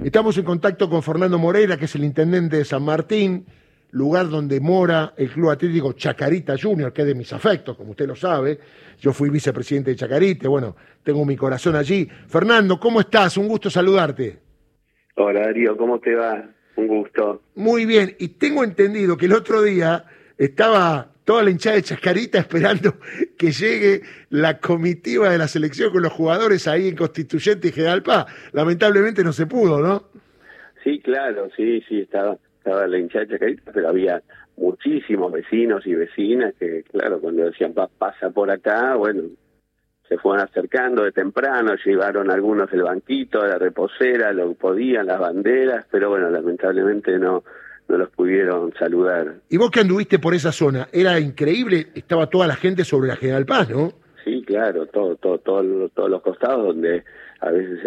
Estamos en contacto con Fernando Moreira, que es el intendente de San Martín, lugar donde mora el Club Atlético Chacarita Junior, que es de mis afectos, como usted lo sabe. Yo fui vicepresidente de Chacarita, bueno, tengo mi corazón allí. Fernando, ¿cómo estás? Un gusto saludarte. Hola Darío, ¿cómo te va? Un gusto. Muy bien, y tengo entendido que el otro día estaba toda la hinchada de Chacarita esperando que llegue la comitiva de la selección con los jugadores ahí en Constituyente y General Paz. Lamentablemente no se pudo, ¿no? Sí, claro, sí, estaba la hinchada de Chacarita, pero había muchísimos vecinos y vecinas que, claro, cuando decían pasa por acá, bueno, se fueron acercando de temprano, llevaron algunos el banquito, la reposera, lo podían, las banderas, pero bueno, lamentablemente no los pudieron saludar. Y vos que anduviste por esa zona, era increíble, estaba toda la gente sobre la General Paz, ¿no? Sí, claro, todos los costados donde a veces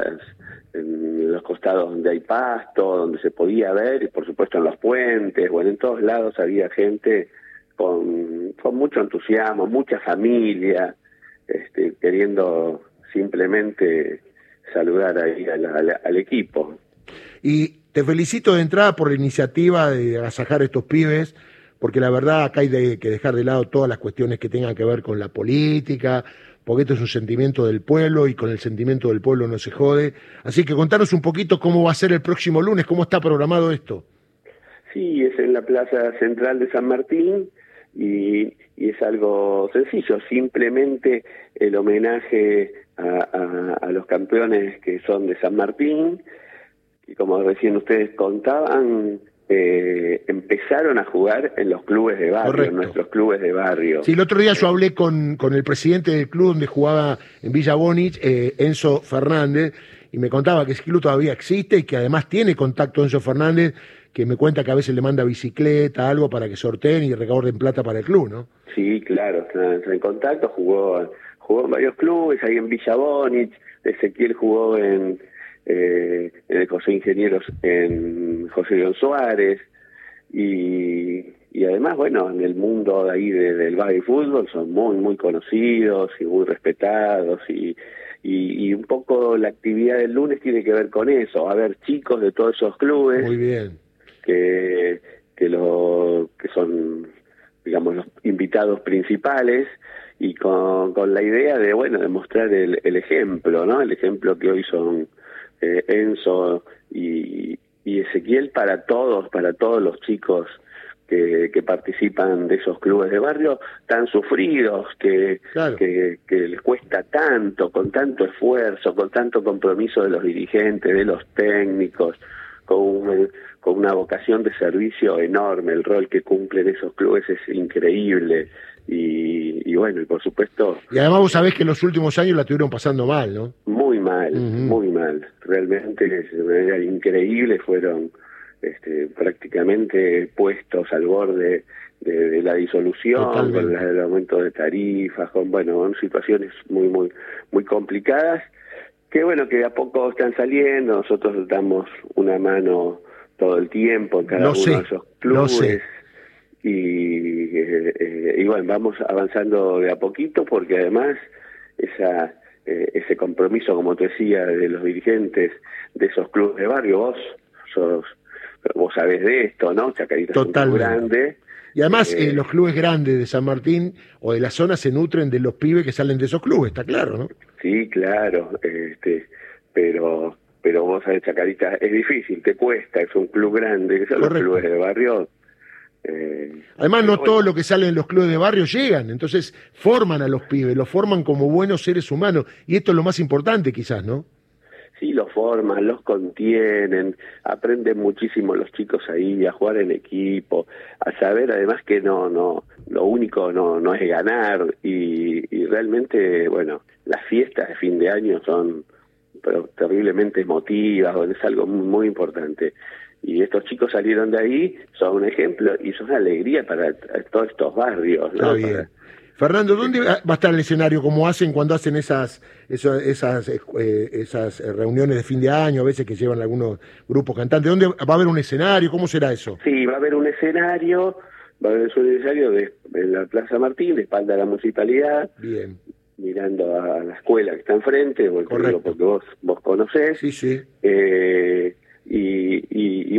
en los costados donde hay pasto, donde se podía ver, y por supuesto en los puentes, bueno, en todos lados había gente con mucho entusiasmo, mucha familia, queriendo simplemente saludar ahí al equipo. Y te felicito de entrada por la iniciativa de agasajar a estos pibes, porque la verdad acá hay que dejar de lado todas las cuestiones que tengan que ver con la política, porque esto es un sentimiento del pueblo y con el sentimiento del pueblo no se jode. Así que contanos un poquito cómo va a ser el próximo lunes, cómo está programado esto. Sí, es en la Plaza Central de San Martín y es algo sencillo, simplemente el homenaje a los campeones que son de San Martín, y como recién ustedes contaban, empezaron a jugar en los clubes de barrio, Correcto. En nuestros clubes de barrio. Sí, el otro día yo hablé con el presidente del club donde jugaba en Villa Bonich, Enzo Fernández, y me contaba que ese club todavía existe y que además tiene contacto Enzo Fernández, que me cuenta que a veces le manda bicicleta, algo para que sorteen y recauden plata para el club, ¿no? Sí, claro, está en contacto, jugó en varios clubes, ahí en Villa Bonich, Ezequiel jugó en el José Ingenieros en José León Suárez, y además, bueno, en el mundo de ahí del básquet y fútbol son muy conocidos y muy respetados, y un poco la actividad del lunes tiene que ver con eso, a ver chicos de todos esos clubes. Muy bien. Que son, digamos, los invitados principales, y con la idea de, bueno, de mostrar el ejemplo, ¿no? El ejemplo que hoy son Enzo y Ezequiel para todos los chicos que participan de esos clubes de barrio tan sufridos, Claro. que les cuesta tanto, con tanto esfuerzo, con tanto compromiso de los dirigentes, de los técnicos, con una vocación de servicio enorme. El rol que cumplen esos clubes es increíble, y bueno, y por supuesto... Y además vos sabés que en los últimos años la estuvieron pasando mal, ¿no? Muy mal, muy mal. Realmente de manera increíble fueron prácticamente puestos al borde de la disolución. Totalmente. Con el aumento de tarifas, con situaciones muy complicadas, que bueno, que a poco están saliendo. Nosotros damos una mano todo el tiempo en cada uno de esos clubes, y bueno, vamos avanzando de a poquito, porque además ese compromiso, como te decía, de los dirigentes de esos clubes de barrio, vos sabés de esto, ¿no? Chacarita es un club grande. Y además los clubes grandes de San Martín o de la zona se nutren de los pibes que salen de esos clubes, está claro, ¿no? Sí, claro, pero vos sabés, Chacarita es difícil, te cuesta, es un club grande, que son los clubes de barrio. Además no todo lo que sale en los clubes de barrio llegan, entonces forman a los pibes, los forman como buenos seres humanos, y esto es lo más importante quizás, ¿no? Sí, los forman, los contienen, aprenden muchísimo los chicos ahí a jugar en equipo, a saber además que lo único no es ganar, y realmente, bueno, las fiestas de fin de año son terriblemente emotivas, es algo muy importante. Y estos chicos salieron de ahí, son un ejemplo y son una alegría para todos estos barrios, ¿no? Está bien. Fernando, ¿dónde va a estar el escenario? ¿Cómo hacen cuando hacen esas reuniones de fin de año, a veces que llevan algunos grupos cantantes? ¿Dónde va a haber un escenario? ¿Cómo será eso? Sí, va a haber un escenario en la Plaza Martín, de espalda a la municipalidad. Bien. Mirando a la escuela que está enfrente, porque vos conocés. Sí.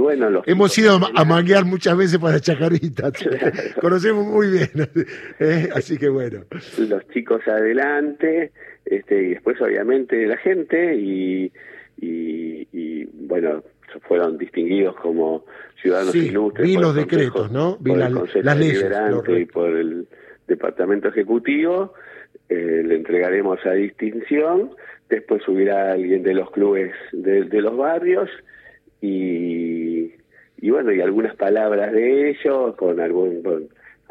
bueno, hemos ido a manguear muchas veces para Chacarita, conocemos muy bien, así que bueno. Los chicos adelante, y después obviamente la gente, y bueno, fueron distinguidos como ciudadanos ilustres. Vi los decretos, ¿no? Vi las leyes. Y por el Departamento Ejecutivo, le entregaremos a distinción, después subirá alguien de los clubes de los barrios, y bueno, y algunas palabras de ellos, con algún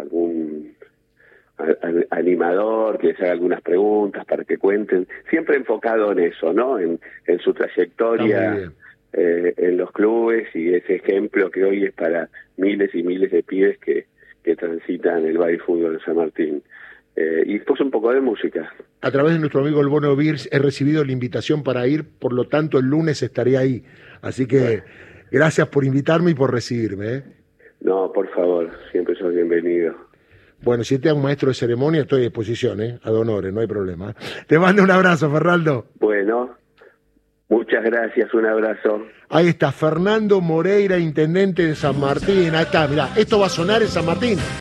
animador que les haga algunas preguntas para que cuenten, siempre enfocado en eso, ¿no? En su trayectoria en los clubes, y ese ejemplo que hoy es para miles y miles de pibes que transitan el baile fútbol de San Martín. Y después un poco de música. A través de nuestro amigo el Bono Birs he recibido la invitación para ir, por lo tanto el lunes estaré ahí. Así que gracias por invitarme y por recibirme. No, por favor, siempre sos bienvenido. Bueno, si te da un maestro de ceremonia, estoy a disposición, ad honores, no hay problema. Te mando un abrazo, Fernando. Bueno, muchas gracias, un abrazo. Ahí está, Fernando Moreira, intendente de San Martín. Ahí está, mirá, esto va a sonar en San Martín.